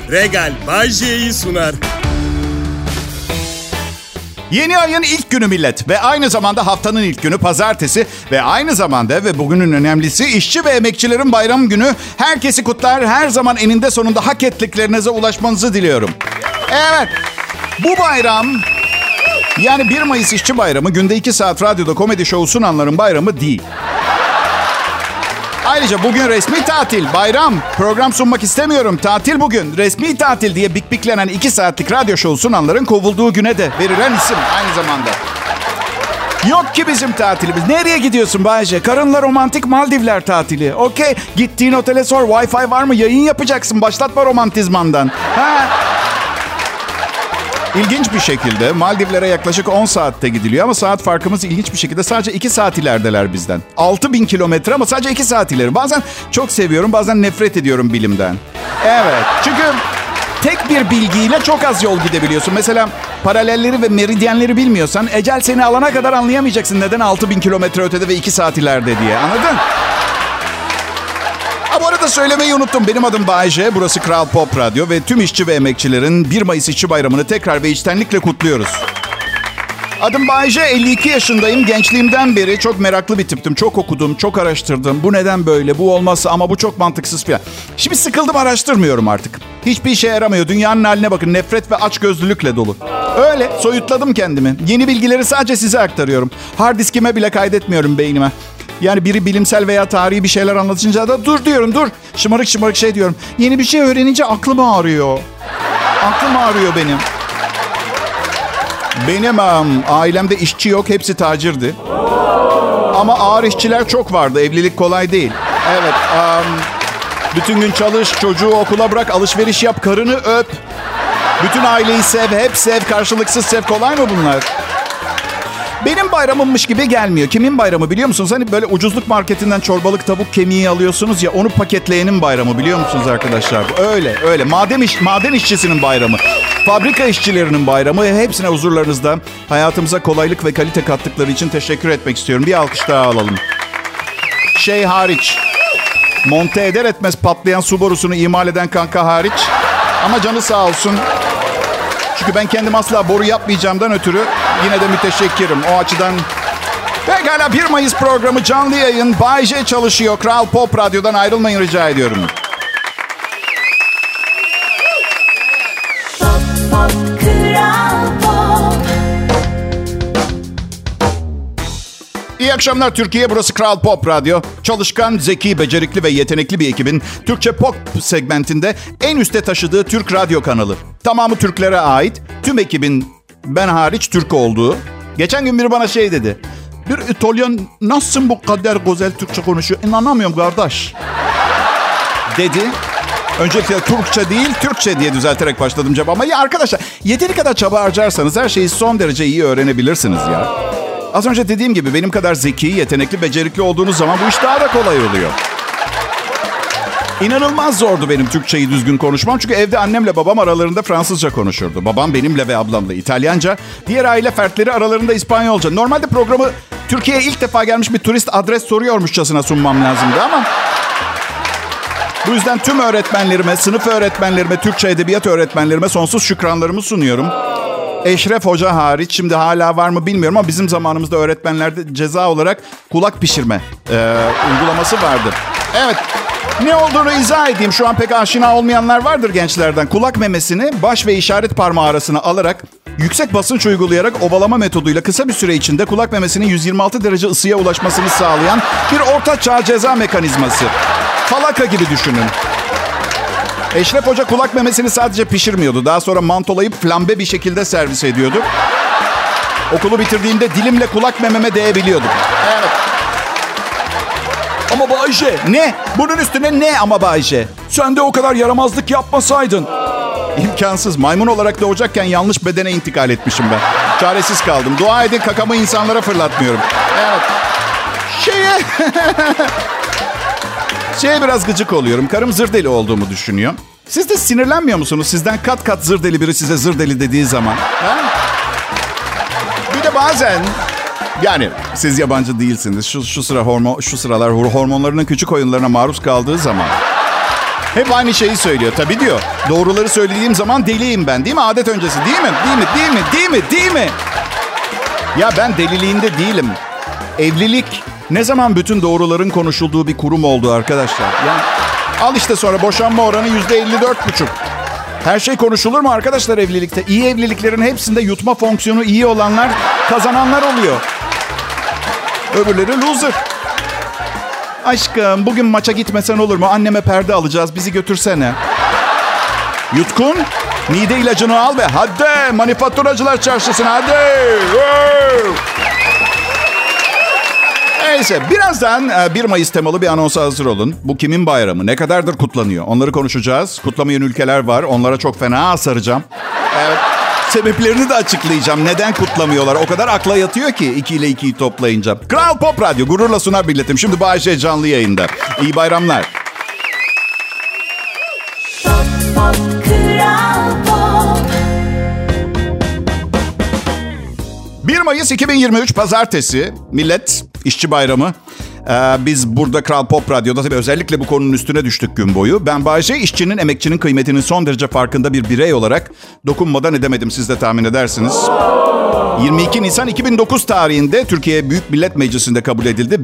Regal Bajje'yi sunar. Yeni ayın ilk günü millet ve aynı zamanda haftanın ilk günü pazartesi ve aynı zamanda ve bugünün önemlisi işçi ve emekçilerin bayram günü. Herkesi kutlar, her zaman eninde sonunda hak ettiklerinize ulaşmanızı diliyorum. Evet, bu bayram yani 1 Mayıs İşçi Bayramı günde 2 saat radyoda komedi şovu sunanların bayramı değil. Ayrıca bugün resmi tatil, bayram, program sunmak istemiyorum, tatil bugün, resmi tatil diye bikbiklenen 2 saatlik radyo şovu sunanların kovulduğu güne de verilen isim aynı zamanda. Yok ki bizim tatilimiz. Nereye gidiyorsun Bayce? Karınla romantik Maldivler tatili. Okey, gittiğin otele sor, Wi-Fi var mı? Yayın yapacaksın, başlatma romantizmandan. Ha? İlginç bir şekilde Maldivlere yaklaşık 10 saatte gidiliyor ama saat farkımız ilginç bir şekilde sadece 2 saat ilerideler bizden. 6000 kilometre ama sadece 2 saat ileri. Bazen çok seviyorum, bazen nefret ediyorum bilimden. Evet, çünkü tek bir bilgiyle çok az yol gidebiliyorsun. Mesela paralelleri ve meridyenleri bilmiyorsan ecel seni alana kadar anlayamayacaksın neden 6000 kilometre ötede ve 2 saat ileride diye. Anladın? Bu arada söylemeyi unuttum. Benim adım Bayce. Burası Kral Pop Radyo ve tüm işçi ve emekçilerin 1 Mayıs İşçi Bayramı'nı tekrar ve içtenlikle kutluyoruz. Adım Bayce, 52 yaşındayım. Gençliğimden beri çok meraklı bir tiptim. Çok okudum, çok araştırdım. Bu neden böyle, bu olmazsa ama bu çok mantıksız falan. Şimdi sıkıldım, araştırmıyorum artık. Hiçbir işe yaramıyor. Dünyanın haline bakın, nefret ve açgözlülükle dolu. Öyle, soyutladım kendimi. Yeni bilgileri sadece size aktarıyorum. Hard diskime bile kaydetmiyorum beynime. Yani biri bilimsel veya tarihi bir şeyler anlatınca da dur diyorum, dur. Şımarık şımarık şey diyorum. Yeni bir şey öğrenince aklım ağrıyor. Aklım ağrıyor benim. Benim ailemde işçi yok, hepsi tacirdi. Ama ağır işçiler çok vardı, evlilik kolay değil. Evet, bütün gün çalış, çocuğu okula bırak, alışveriş yap, karını öp. Bütün aileyi sev, hep sev, karşılıksız sev. Kolay mı bunlar? Benim bayramımmış gibi gelmiyor. Kimin bayramı biliyor musunuz? Hani böyle ucuzluk marketinden çorbalık tavuk kemiği alıyorsunuz ya, onu paketleyenin bayramı biliyor musunuz arkadaşlar? Öyle. Maden işçisinin bayramı. Fabrika işçilerinin bayramı. Hepsine huzurlarınızda hayatımıza kolaylık ve kalite kattıkları için teşekkür etmek istiyorum. Bir alkış daha alalım. Şey hariç. Monte eder etmez patlayan su borusunu imal eden kanka hariç. Ama canı sağ olsun. Çünkü ben kendim asla boru yapmayacağımdan ötürü yine de müteşekkirim. O açıdan pekala 1 Mayıs programı canlı yayın. Bay J çalışıyor. Kral Pop Radyo'dan ayrılmayın rica ediyorum. Pop, pop, Kral Pop. İyi akşamlar Türkiye. Burası Kral Pop Radyo. Çalışkan, zeki, becerikli ve yetenekli bir ekibin Türkçe pop segmentinde en üste taşıdığı Türk radyo kanalı. Tamamı Türklere ait. Tüm ekibin ben hariç Türk olduğu. Geçen gün biri bana şey dedi. Bir İtalyan nasılsın bu kadar güzel Türkçe konuşuyor? İnanamıyorum kardeş. Dedi. Öncelikle Türkçe değil, Türkçe diye düzelterek başladım cevabıma. Ya arkadaşlar, yeteri kadar çaba harcarsanız her şeyi son derece iyi öğrenebilirsiniz ya. Az önce dediğim gibi benim kadar zeki, yetenekli, becerikli olduğunuz zaman bu iş daha da kolay oluyor. İnanılmaz zordu benim Türkçeyi düzgün konuşmam. Çünkü evde annemle babam aralarında Fransızca konuşurdu. Babam benimle ve ablamla İtalyanca. Diğer aile fertleri aralarında İspanyolca. Normalde programı Türkiye'ye ilk defa gelmiş bir turist adres soruyormuşçasına sunmam lazımdı ama... Bu yüzden tüm öğretmenlerime, sınıf öğretmenlerime, Türkçe edebiyat öğretmenlerime sonsuz şükranlarımı sunuyorum. Eşref Hoca hariç, şimdi hala var mı bilmiyorum ama bizim zamanımızda öğretmenlerde ceza olarak kulak pişirme uygulaması vardı. Evet, ne olduğunu izah edeyim. Şu an pek aşina olmayanlar vardır gençlerden. Kulak memesini baş ve işaret parmağı arasına alarak, yüksek basınç uygulayarak ovalama metoduyla kısa bir süre içinde kulak memesinin 126 derece ısıya ulaşmasını sağlayan bir orta çağ ceza mekanizması. Falaka gibi düşünün. Eşref Hoca kulak memesini sadece pişirmiyordu. Daha sonra mantolayıp flambe bir şekilde servis ediyordu. Okulu bitirdiğimde dilimle kulak mememe değebiliyordum. Evet. Ama Bayce. Ne? Bunun üstüne ne ama Bayce? Sen de o kadar yaramazlık yapmasaydın. İmkansız. Maymun olarak doğacakken yanlış bedene intikal etmişim ben. Çaresiz kaldım. Dua edin kakamı insanlara fırlatmıyorum. Evet. Şeye biraz gıcık oluyorum. Karım zır deli olduğumu düşünüyor. Siz de sinirlenmiyor musunuz? Sizden kat kat zır deli biri size zır deli dediği zaman. Ha? Bir de bazen... Yani siz yabancı değilsiniz. Şu sıralar hormonlarının küçük oyunlarına maruz kaldığı zaman... Hep aynı şeyi söylüyor. Tabii diyor. Doğruları söylediğim zaman deliyim ben. Değil mi? Adet öncesi. Değil mi? Değil mi? Değil mi? Değil mi? Değil mi? Ya ben deliliğinde değilim. Evlilik ne zaman bütün doğruların konuşulduğu bir kurum oldu arkadaşlar? Yani al işte sonra boşanma oranı %54,5. Her şey konuşulur mu arkadaşlar evlilikte? İyi evliliklerin hepsinde yutma fonksiyonu iyi olanlar kazananlar oluyor. Öbürleri loser. Aşkım bugün maça gitmesen olur mu? Anneme perde alacağız, bizi götürsene. Yutkun, mide ilacını al ve hadi manifaturacılar çarşısına hadi. Neyse birazdan 1 Mayıs temalı bir anonsa hazır olun. Bu kimin bayramı? Ne kadardır kutlanıyor? Onları konuşacağız. Kutlamayan ülkeler var. Onlara çok fena saracağım. Evet. Sebeplerini de açıklayacağım. Neden kutlamıyorlar? O kadar akla yatıyor ki 2 ile 2'yi toplayınca. Kral Pop Radyo gururla sunar milletim. Şimdi Bayşe canlı yayında. İyi bayramlar. Kral Pop. 1 Mayıs 2023 Pazartesi. Millet, işçi bayramı. Biz burada Kral Pop Radyo'da tabii özellikle bu konunun üstüne düştük gün boyu. Ben Bayşe, işçinin, emekçinin kıymetinin son derece farkında bir birey olarak dokunmadan edemedim. Siz de tahmin edersiniz. 22 Nisan 2009 tarihinde Türkiye Büyük Millet Meclisi'nde kabul edildi.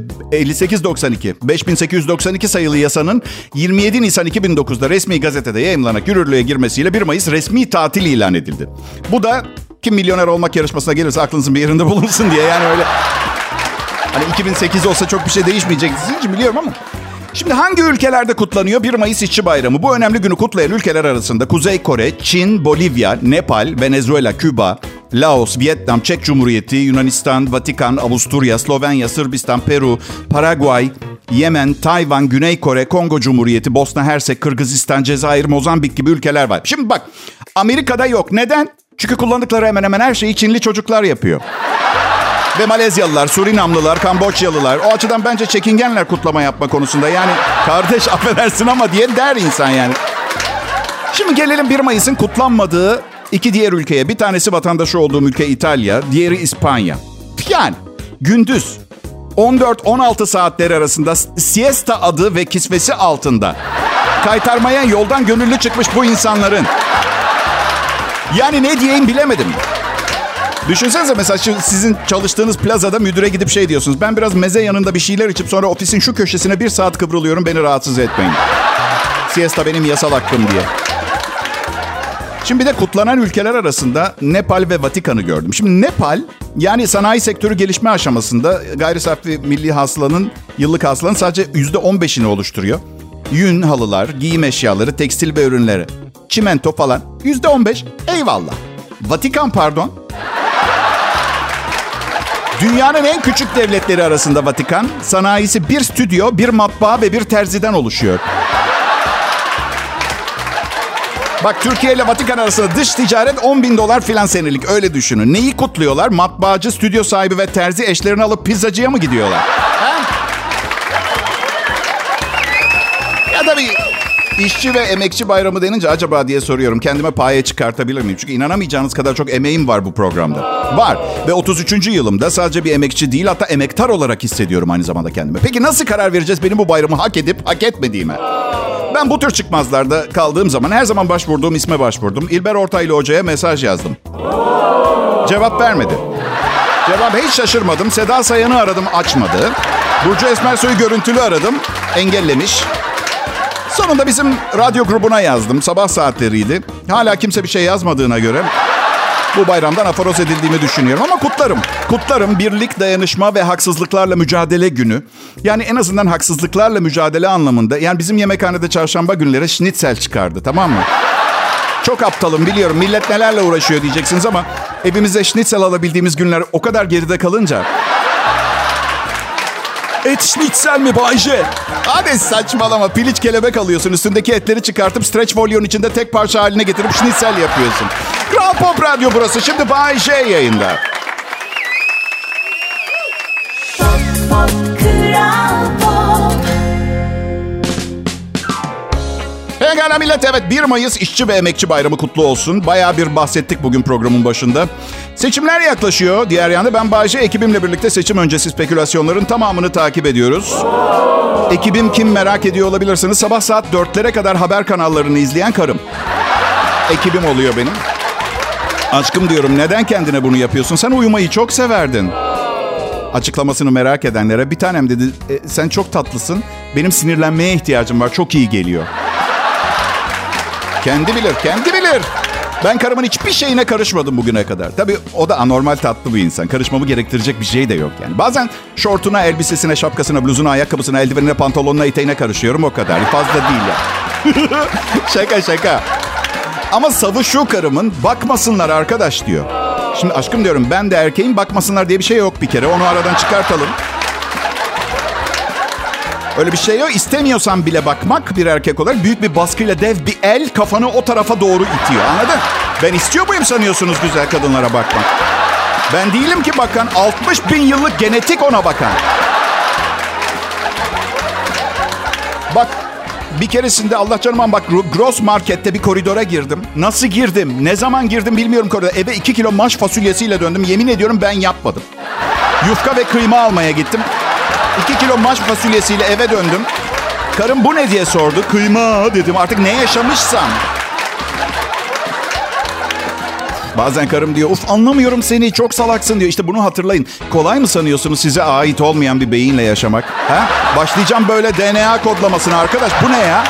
5892 sayılı yasanın 27 Nisan 2009'da resmi gazetede yayımlanarak yürürlüğe girmesiyle 1 Mayıs resmi tatil ilan edildi. Bu da kim milyoner olmak yarışmasına gelirse aklınızın bir yerinde bulunsun diye, yani öyle... Hani 2008 olsa çok bir şey değişmeyecek için biliyorum ama. Şimdi hangi ülkelerde kutlanıyor 1 Mayıs İşçi Bayramı? Bu önemli günü kutlayan ülkeler arasında Kuzey Kore, Çin, Bolivya, Nepal, Venezuela, Küba, Laos, Vietnam, Çek Cumhuriyeti, Yunanistan, Vatikan, Avusturya, Slovenya, Sırbistan, Peru, Paraguay, Yemen, Tayvan, Güney Kore, Kongo Cumhuriyeti, Bosna Hersek, Kırgızistan, Cezayir, Mozambik gibi ülkeler var. Şimdi bak, Amerika'da yok. Neden? Çünkü kullandıkları hemen hemen her şeyi Çinli çocuklar yapıyor. Ve Malezyalılar, Surinamlılar, Kamboçyalılar. O açıdan bence çekingenler kutlama yapma konusunda. Yani kardeş affedersin ama diye der insan yani. Şimdi gelelim 1 Mayıs'ın kutlanmadığı 2 diğer ülkeye. Bir tanesi vatandaşı olduğum ülke İtalya, diğeri İspanya. Yani gündüz 14-16 saatleri arasında siesta adı ve kisvesi altında kaytarmaya yoldan gönüllü çıkmış bu insanların. Yani ne diyeyim bilemedim. Düşünsenize mesela sizin çalıştığınız plazada müdüre gidip şey diyorsunuz. Ben biraz meze yanında bir şeyler içip sonra ofisin şu köşesine 1 saat kıvrılıyorum. Beni rahatsız etmeyin. Siesta benim yasal hakkım diye. Şimdi bir de kutlanan ülkeler arasında Nepal ve Vatikan'ı gördüm. Şimdi Nepal, yani sanayi sektörü gelişme aşamasında gayri safi milli hasılanın, yıllık hasılanın sadece %15'ini oluşturuyor. Yün, halılar, giyim eşyaları, tekstil ve ürünleri, çimento falan %15. Eyvallah. Vatikan pardon. Dünyanın en küçük devletleri arasında Vatikan, sanayisi 1 stüdyo, 1 matbaa ve 1 terziden oluşuyor. Bak, Türkiye ile Vatikan arasında dış ticaret $10.000 filan senelik, öyle düşünün. Neyi kutluyorlar? Matbaacı, stüdyo sahibi ve terzi eşlerini alıp pizzacıya mı gidiyorlar? Ha? Ya tabii işçi ve emekçi bayramı denince acaba diye soruyorum. Kendime paye çıkartabilir miyim? Çünkü inanamayacağınız kadar çok emeğim var bu programda. Var. Ve 33. yılımda sadece bir emekçi değil, hatta emektar olarak hissediyorum aynı zamanda kendimi. Peki nasıl karar vereceğiz benim bu bayramı hak edip hak etmediğime? Ben bu tür çıkmazlarda kaldığım zaman her zaman başvurduğum isme başvurdum. İlber Ortaylı Hoca'ya mesaj yazdım. Cevap vermedi. Hiç şaşırmadım. Seda Sayan'ı aradım, açmadı. Burcu Esmersoy'u görüntülü aradım, engellemiş. Sonunda bizim radyo grubuna yazdım. Sabah saatleriydi. Hala kimse bir şey yazmadığına göre bu bayramdan aforoz edildiğimi düşünüyorum. Ama kutlarım. Kutlarım. Birlik, dayanışma ve haksızlıklarla mücadele günü. Yani en azından haksızlıklarla mücadele anlamında. Yani bizim yemekhanede çarşamba günleri şnitzel çıkardı, tamam mı? Çok aptalım biliyorum. Millet nelerle uğraşıyor diyeceksiniz ama evimize şnitzel alabildiğimiz günler o kadar geride kalınca... Et şnitzel mi Bayce? Hadi saçmalama. Piliç kelebek alıyorsun. Üstündeki etleri çıkartıp streç folyonun içinde tek parça haline getirip şnitzel yapıyorsun. Kral Pop Radyo burası. Şimdi Bayce yayında. Pop, pop, Kral Pop. Pekala millet, evet 1 Mayıs İşçi ve Emekçi Bayramı kutlu olsun. Bayağı bir bahsettik bugün programın başında. Seçimler yaklaşıyor. Diğer yanda ben Bayce ekibimle birlikte seçim öncesi spekülasyonların tamamını takip ediyoruz. Ekibim kim merak ediyor olabilirsiniz. Sabah saat 4'lere kadar haber kanallarını izleyen karım. Ekibim oluyor benim. Aşkım diyorum, neden kendine bunu yapıyorsun? Sen uyumayı çok severdin. Açıklamasını merak edenlere bir tanem dedi. Sen çok tatlısın. Benim sinirlenmeye ihtiyacım var. Çok iyi geliyor. Kendi bilir, kendi bilir. Ben karımın hiçbir şeyine karışmadım bugüne kadar. Tabii o da anormal tatlı bir insan. Karışmamı gerektirecek bir şey de yok yani. Bazen şortuna, elbisesine, şapkasına, bluzuna, ayakkabısına, eldivenine, pantolonuna, eteğine karışıyorum. O kadar. Fazla değil ya. Şaka şaka. Ama savı şu karımın, bakmasınlar arkadaş diyor. Şimdi aşkım diyorum, ben de erkeğin, bakmasınlar diye bir şey yok bir kere. Onu aradan çıkartalım. Öyle bir şey yok. İstemiyorsan bile bakmak bir erkek olarak büyük bir baskıyla dev bir el kafanı o tarafa doğru itiyor. Anladın? Ben istiyor muyum sanıyorsunuz güzel kadınlara bakmak? Ben değilim ki bakan. 60 bin yıllık genetik ona bakan. Bak bir keresinde Allah canıma bak, Gross Market'te bir koridora girdim. Nasıl girdim? Ne zaman girdim bilmiyorum koridora. Eve 2 kilo maş fasulyesiyle döndüm. Yemin ediyorum ben yapmadım. Yufka ve kıyma almaya gittim. 2 kilo maş fasulyesiyle eve döndüm. Karım bu ne diye sordu. Kıyma dedim, artık ne yaşamışsam. Bazen karım diyor, uf anlamıyorum seni, çok salaksın diyor. İşte bunu hatırlayın. Kolay mı sanıyorsunuz size ait olmayan bir beyinle yaşamak? Ha? Başlayacağım böyle DNA kodlamasına arkadaş. Bu ne ya?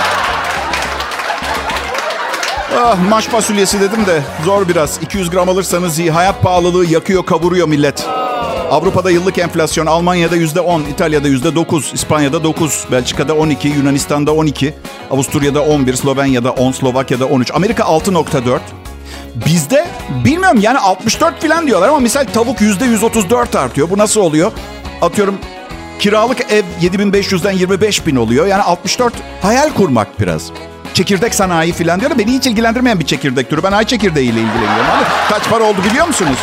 Ah, maş fasulyesi dedim de zor biraz. 200 gram alırsanız iyi. Hayat pahalılığı yakıyor, kavuruyor millet. Avrupa'da yıllık enflasyon Almanya'da %10, İtalya'da %9, İspanya'da 9, Belçika'da 12, Yunanistan'da 12, Avusturya'da 11, Slovenya'da 10, Slovakya'da 13, Amerika 6.4. Bizde bilmiyorum yani 64 falan diyorlar ama misal tavuk %134 artıyor. Bu nasıl oluyor? Atıyorum kiralık ev 7.500'den 25.000 oluyor. Yani 64, hayal kurmak biraz. Çekirdek sanayi falan diyor. Beni hiç ilgilendirmeyen bir çekirdek türü. Ben ay çekirdeğiyle ilgileniyorum. Abi, kaç para oldu biliyor musunuz?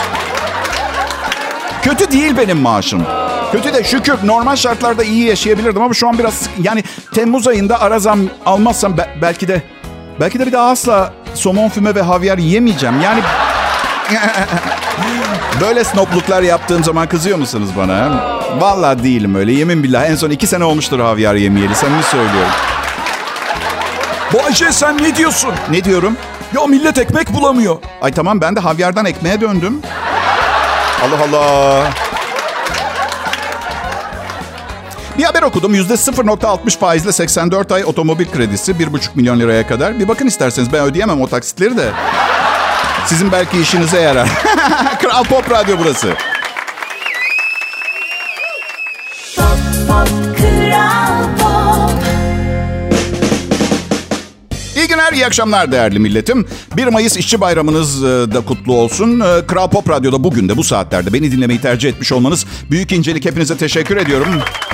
Kötü değil benim maaşım. Kötü de şükür, normal şartlarda iyi yaşayabilirdim ama şu an biraz yani Temmuz ayında ara zam almazsam belki de bir daha asla somon, füme ve havyar yemeyeceğim. Yani böyle snobluklar yaptığım zaman kızıyor musunuz bana? Vallahi değilim öyle, yemin billah. En son 2 sene olmuştur havyar yemeyeli, samimi söylüyorum. Bayce sen ne diyorsun? Ne diyorum? Ya millet ekmek bulamıyor. Ay tamam, ben de havyardan ekmeğe döndüm. Allah Allah. Bir haber okudum. %0.60 faizle 84 ay otomobil kredisi 1,5 milyon liraya kadar. Bir bakın isterseniz, ben ödeyemem o taksitleri de. Sizin belki işinize yarar. Kral Pop Radyo burası. Pop, pop, Kral Pop. İyi günler, iyi akşamlar değerli milletim. 1 Mayıs İşçi Bayramınız da kutlu olsun. Kral Pop Radyo'da bugün de bu saatlerde beni dinlemeyi tercih etmiş olmanız büyük incelik. Hepinize teşekkür ediyorum.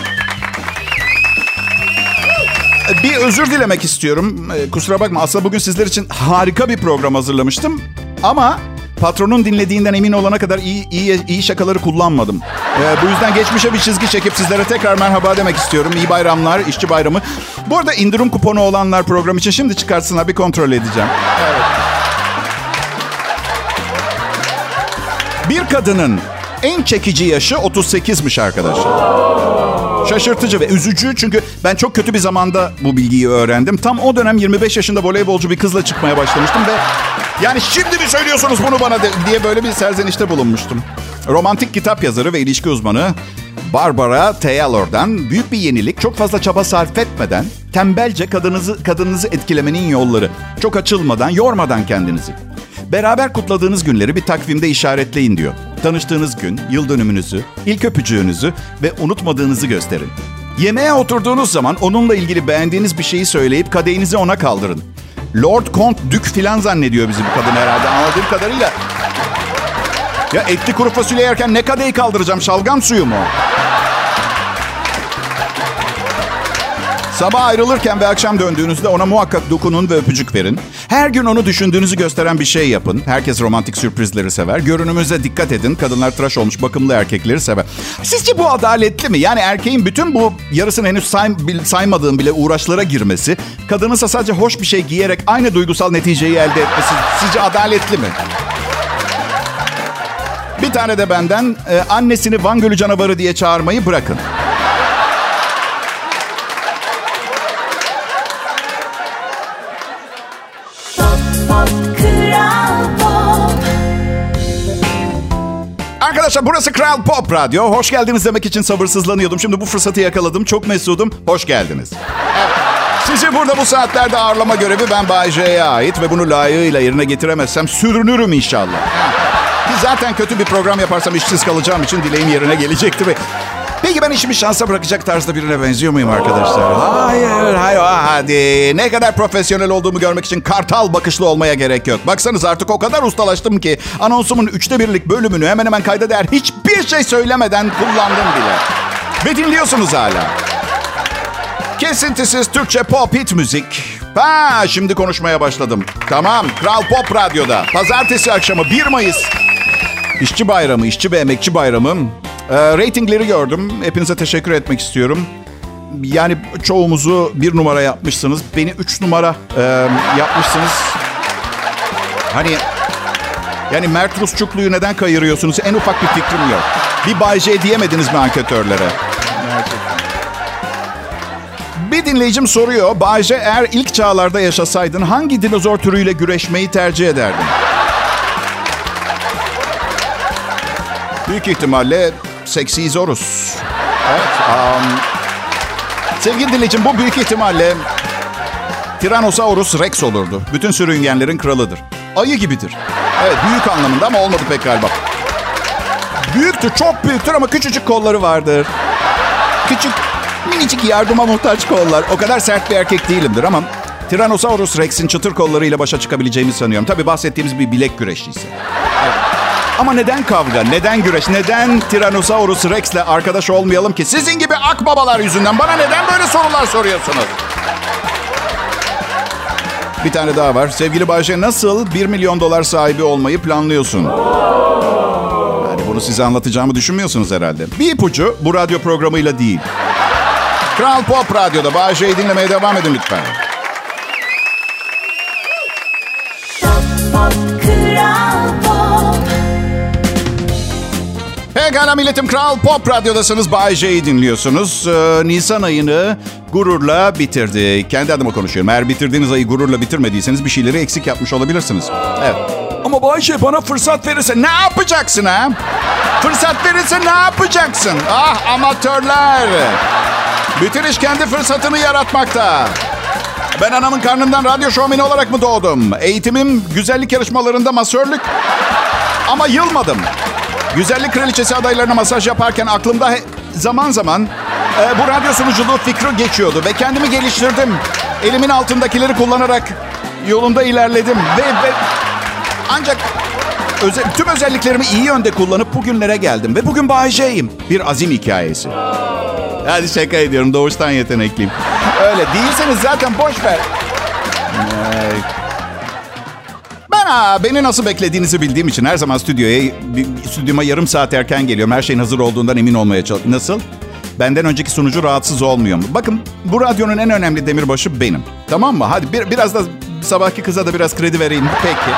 Bir özür dilemek istiyorum. Kusura bakma, aslında bugün sizler için harika bir program hazırlamıştım. Ama patronun dinlediğinden emin olana kadar iyi şakaları kullanmadım. Bu yüzden geçmişe bir çizgi çekip sizlere tekrar merhaba demek istiyorum. İyi bayramlar, işçi bayramı. Bu arada indirim kuponu olanlar program için şimdi çıkartsınlar, bir kontrol edeceğim. Evet. Bir kadının en çekici yaşı 38'miş arkadaşlar. Şaşırtıcı ve üzücü, çünkü ben çok kötü bir zamanda bu bilgiyi öğrendim. Tam o dönem 25 yaşında voleybolcu bir kızla çıkmaya başlamıştım ve yani şimdi mi söylüyorsunuz bunu bana diye böyle bir serzenişte bulunmuştum. Romantik kitap yazarı ve ilişki uzmanı Barbara Taylor'dan büyük bir yenilik, çok fazla çaba sarf etmeden tembelce kadınınızı etkilemenin yolları. Çok açılmadan, yormadan kendinizi. Beraber kutladığınız günleri bir takvimde işaretleyin diyor. Tanıştığınız gün, yıl dönümünüzü, ilk öpücüğünüzü ve unutmadığınızı gösterin. Yemeğe oturduğunuz zaman onunla ilgili beğendiğiniz bir şeyi söyleyip kadehinizi ona kaldırın. Lord, Kont, Dük filan zannediyor bizi bu kadın herhalde, anladığım kadarıyla. Ya etli kuru fasulye yerken ne kadehi kaldıracağım, şalgam suyu mu? Sabah ayrılırken ve akşam döndüğünüzde ona muhakkak dokunun ve öpücük verin. Her gün onu düşündüğünüzü gösteren bir şey yapın. Herkes romantik sürprizleri sever. Görünümüze dikkat edin. Kadınlar tıraş olmuş bakımlı erkekleri sever. Sizce bu adaletli mi? Yani erkeğin bütün bu yarısını henüz saymadığım bile uğraşlara girmesi, kadınınsa sadece hoş bir şey giyerek aynı duygusal neticeyi elde etmesi sizce adaletli mi? Bir tane de benden annesini Van Gölü canavarı diye çağırmayı bırakın. Arkadaşlar burası Kral Pop Radyo. Hoş geldiniz demek için sabırsızlanıyordum. Şimdi bu fırsatı yakaladım. Çok mesudum. Hoş geldiniz. Evet. Sizi burada bu saatlerde ağırlama görevi ben Bay J'ye ait ve bunu layığıyla yerine getiremezsem sürünürüm inşallah. Ki zaten kötü bir program yaparsam işsiz kalacağım için dileğim yerine gelecekti. Peki ben işimi şansa bırakacak tarzda birine benziyor muyum arkadaşlar? Hayır, hadi. Ne kadar profesyonel olduğumu görmek için kartal bakışlı olmaya gerek yok. Baksanız artık o kadar ustalaştım ki anonsumun 1/3 bölümünü hemen hemen kayda değer hiçbir şey söylemeden kullandım bile. Ve dinliyorsunuz hala. Kesintisiz Türkçe pop hit müzik. Şimdi konuşmaya başladım. Tamam, Kral Pop Radyo'da. Pazartesi akşamı 1 Mayıs. İşçi bayramı, işçi ve emekçi bayramı. Ratingleri gördüm. Hepinize teşekkür etmek istiyorum. Yani çoğumuzu 1 numara yapmışsınız. Beni 3 numara yapmışsınız. Yani Mert Rusçuklu'yu neden kayırıyorsunuz? En ufak bir fikrim yok. Bir Bay J diyemediniz mi anketörlere? Gerçekten. Bir dinleyicim soruyor. Bay J, eğer ilk çağlarda yaşasaydın hangi dinozor türüyle güreşmeyi tercih ederdin? Büyük ihtimalle Seksizorus. Evet. Sevgili dinleyicim, bu büyük ihtimalle Tyrannosaurus Rex olurdu. Bütün sürüngenlerin kralıdır. Ayı gibidir. Evet, büyük anlamında ama olmadı pek galiba. Büyüktür, çok büyüktür ama küçücük kolları vardır. Küçük, minicik yardıma muhtaç kollar. O kadar sert bir erkek değilimdir ama Tyrannosaurus Rex'in çıtır kollarıyla başa çıkabileceğimi sanıyorum. Tabii bahsettiğimiz bir bilek güreşçisi. Evet. Ama neden kavga, neden güreş, neden Tyrannosaurus Rex'le arkadaş olmayalım ki? Sizin gibi akbabalar yüzünden bana neden böyle sorular soruyorsunuz? Bir tane daha var. Sevgili Bayce, nasıl 1 milyon dolar sahibi olmayı planlıyorsun? Yani bunu size anlatacağımı düşünmüyorsunuz herhalde. Bir ipucu, bu radyo programıyla değil. Kral Pop Radyo'da Bayce'yi dinlemeye devam edin lütfen. Pekala milletim, Kral Pop Radyo'dasınız. Bay J'yi dinliyorsunuz. Nisan ayını gururla bitirdi. Kendi adıma konuşuyorum. Eğer bitirdiğiniz ayı gururla bitirmediyseniz bir şeyleri eksik yapmış olabilirsiniz. Evet. Ama Bay J, bana fırsat verirse ne yapacaksın ha? Fırsat verirse ne yapacaksın? Ah amatörler. Bütün iş kendi fırsatını yaratmakta. Ben anamın karnından radyo şovmeni olarak mı doğdum? Eğitimim güzellik yarışmalarında masörlük. Ama yılmadım. Güzellik kraliçesi adaylarına masaj yaparken aklımda zaman zaman bu radyo sunuculuğu fikri geçiyordu. Ve kendimi geliştirdim. Elimin altındakileri kullanarak yolunda ilerledim. Ve ancak tüm özelliklerimi iyi yönde kullanıp bugünlere geldim. Ve bugün Bay J'yim. Bir azim hikayesi. Hadi şaka ediyorum. Doğuştan yetenekliyim. Öyle değilseniz zaten boş ver. Beni nasıl beklediğinizi bildiğim için her zaman stüdyoma yarım saat erken geliyorum. Her şeyin hazır olduğundan emin olmaya çalışıyorum. Nasıl? Benden önceki sunucu rahatsız olmuyor mu? Bakın, bu radyonun en önemli demirbaşı benim. Tamam mı? Hadi biraz da sabahki kıza da biraz kredi vereyim. Peki.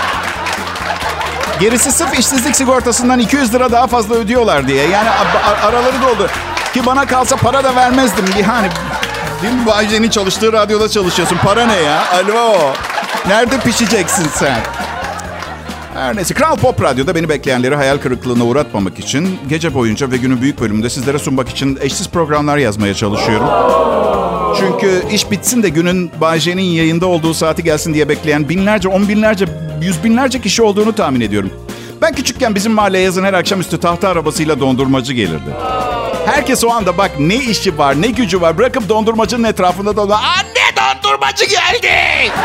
Gerisi sırf işsizlik sigortasından 200 lira daha fazla ödüyorlar diye. Yani araları doldu. Ki bana kalsa para da vermezdim. Yani değil mi? Bay J'nin çalıştığı radyoda çalışıyorsun. Para ne ya? Alo. Nerede pişeceksin sen? Her neyse, Kral Pop Radyo'da beni bekleyenleri hayal kırıklığına uğratmamak için gece boyunca ve günün büyük bölümünde sizlere sunmak için eşsiz programlar yazmaya çalışıyorum. Çünkü iş bitsin de günün Bay J'nin yayında olduğu saati gelsin diye bekleyen binlerce, 10 binlerce, 100 binlerce kişi olduğunu tahmin ediyorum. Ben küçükken bizim mahalleye yazın her akşamüstü tahta arabasıyla dondurmacı gelirdi. Herkes o anda bak ne işi var, ne gücü var bırakıp dondurmacının etrafında dolanıyor. Anne, dondurmacı geldi!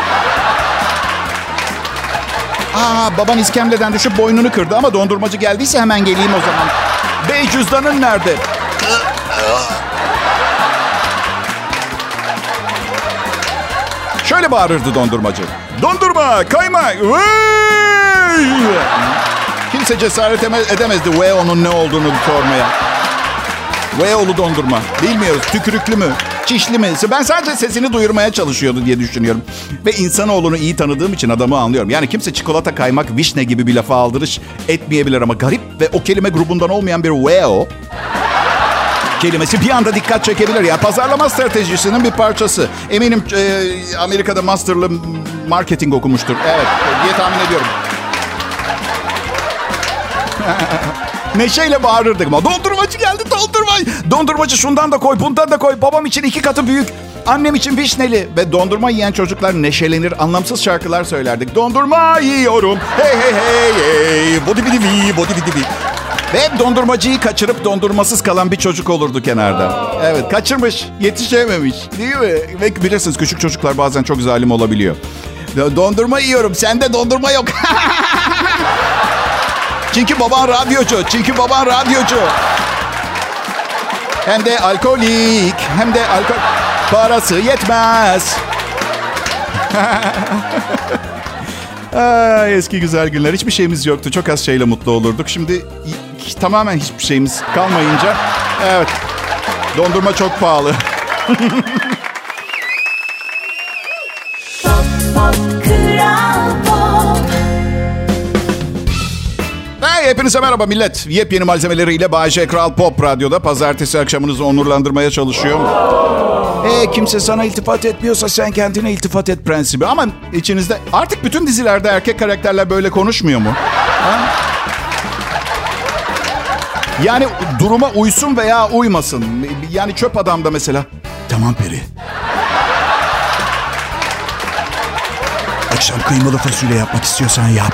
Baban iskemleden düşüp boynunu kırdı ama dondurmacı geldiyse hemen geleyim o zaman. Bey, cüzdanın nerede? Şöyle bağırırdı dondurmacı. Dondurma, kaymak. Vay! Kimse cesaret edemezdi Weo'nun ne olduğunu sormaya. Weo'lu dondurma. Bilmiyoruz. Tükürüklü mü? Çişli mi? Ben sadece sesini duyurmaya çalışıyordu diye düşünüyorum. Ve insanoğlunu iyi tanıdığım için adamı anlıyorum. Yani kimse çikolata, kaymak, vişne gibi bir lafa aldırış etmeyebilir ama garip ve o kelime grubundan olmayan bir Weo kelimesi bir anda dikkat çekebilir. Yani pazarlama stratejisinin bir parçası. Eminim Amerika'da masterlı marketing okumuştur. Evet, diye tahmin ediyorum. Neşeyle bağırırdık ama dondurmacı geldi, dondurma. Dondurmacı şundan da koy, bundan da koy. Babam için 2 katı büyük, annem için vişneli. Ve dondurma yiyen çocuklar neşelenir, anlamsız şarkılar söylerdik. Dondurma yiyorum, hey hey hey hey, body bidi bi, body bidi bi. Ve dondurmacıyı kaçırıp dondurmasız kalan bir çocuk olurdu kenarda. Evet, kaçırmış, yetişememiş, değil mi? Ve bilirsiniz küçük çocuklar bazen çok zalim olabiliyor. Dondurma yiyorum, sende dondurma yok. Çünkü baban radyocu. Hem de alkolik, hem de alkol parası yetmez. Eski güzel günler. Hiçbir şeyimiz yoktu. Çok az şeyle mutlu olurduk. Şimdi tamamen hiçbir şeyimiz kalmayınca, evet, dondurma çok pahalı. Hepinize merhaba millet. Yepyeni malzemeleriyle Bay J Kral Pop Radyo'da pazartesi akşamınızı onurlandırmaya çalışıyor. Kimse sana iltifat etmiyorsa sen kendine iltifat et prensibi. Ama içinizde artık bütün dizilerde erkek karakterler böyle konuşmuyor mu? Ha? Yani duruma uysun veya uymasın. Yani Çöp Adam'da mesela. Tamam Peri. Akşam kıymalı fasulye yapmak istiyorsan yap.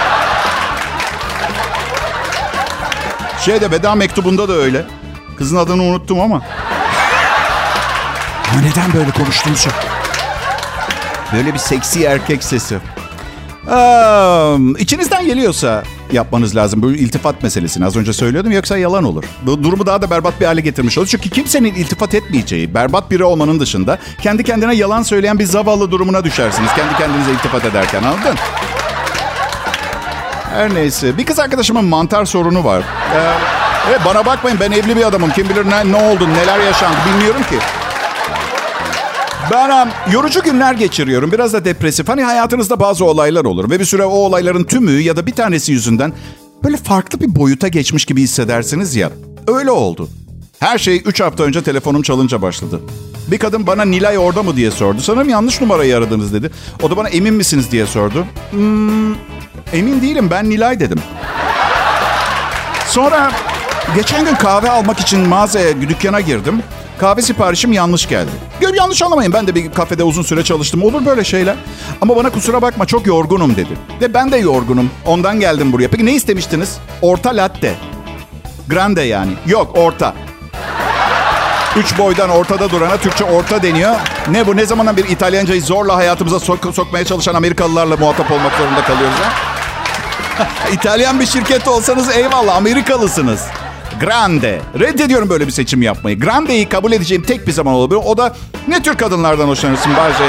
Veda mektubunda da öyle. Kızın adını unuttum ama. Neden böyle konuştuğumuzu? Böyle bir seksi erkek sesi. İçinizden geliyorsa yapmanız lazım. Bu iltifat meselesini az önce söylüyordum. Yoksa yalan olur. Bu durumu daha da berbat bir hale getirmiş olur. Çünkü kimsenin iltifat etmeyeceği, berbat biri olmanın dışında kendi kendine yalan söyleyen bir zavallı durumuna düşersiniz. Kendi kendinize iltifat ederken, anladın? Her neyse. Bir kız arkadaşımın mantar sorunu var. Evet, bana bakmayın, ben evli bir adamım. Kim bilir ne oldu, neler yaşandı bilmiyorum ki. Ben yorucu günler geçiriyorum. Biraz da depresif. Hani hayatınızda bazı olaylar olur. Ve bir süre o olayların tümü ya da bir tanesi yüzünden böyle farklı bir boyuta geçmiş gibi hissedersiniz ya. Öyle oldu. Her şey 3 hafta önce telefonum çalınca başladı. Bir kadın bana Nilay orada mı diye sordu. Sanırım yanlış numarayı aradınız dedi. O da bana emin misiniz diye sordu. Emin değilim, ben Nilay dedim. Sonra geçen gün kahve almak için mağazaya, dükkana girdim. Kahve siparişim yanlış geldi. Yanlış anlamayın, ben de bir kafede uzun süre çalıştım. Olur böyle şeyler. Ama bana kusura bakma, çok yorgunum dedi. Ve ben de yorgunum. Ondan geldim buraya. Peki ne istemiştiniz? Orta latte. Grande yani. Yok, orta. 3 boydan ortada durana Türkçe orta deniyor. Ne bu? Ne zamandan bir İtalyancayı zorla hayatımıza sokmaya çalışan Amerikalılarla muhatap olmak zorunda kalıyoruz ha? İtalyan bir şirket olsanız eyvallah, Amerikalısınız. Grande. Reddediyorum böyle bir seçim yapmayı. Grande'yi kabul edeceğim tek bir zaman olabilir. O da ne tür kadınlardan hoşlanırsın Barcay?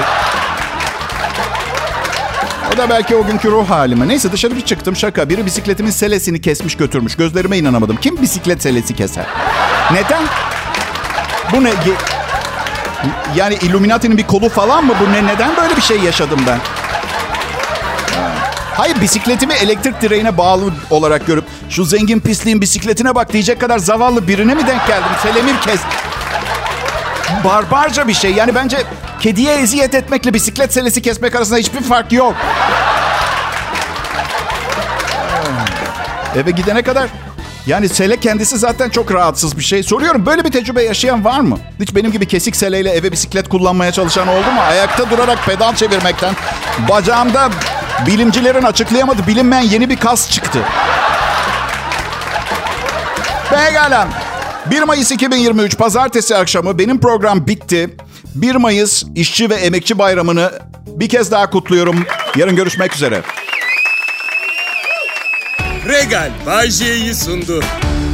O da belki o günkü ruh halime. Neyse, dışarı bir çıktım, şaka. Biri bisikletimin selesini kesmiş götürmüş. Gözlerime inanamadım. Kim bisiklet selesi keser? Neden? Bu ne? Yani Illuminati'nin bir kolu falan mı bu? Neden böyle bir şey yaşadım ben? Hayır, bisikletimi elektrik direğine bağlı olarak görüp şu zengin pisliğin bisikletine bak diyecek kadar zavallı birine mi denk geldim? Selemim kes. Barbarca bir şey. Yani bence kediye eziyet etmekle bisiklet selesi kesmek arasında hiçbir fark yok. Eve gidene kadar yani sele kendisi zaten çok rahatsız bir şey. Soruyorum, böyle bir tecrübe yaşayan var mı? Hiç benim gibi kesik seleyle eve bisiklet kullanmaya çalışan oldu mu? Ayakta durarak pedal çevirmekten bacağımda bilimcilerin açıklayamadığı bilinmeyen yeni bir kas çıktı. Pekala. 1 Mayıs 2023 Pazartesi akşamı benim program bitti. 1 Mayıs İşçi ve Emekçi Bayramı'nı bir kez daha kutluyorum. Yarın görüşmek üzere. Regal Bay J'yi sundu.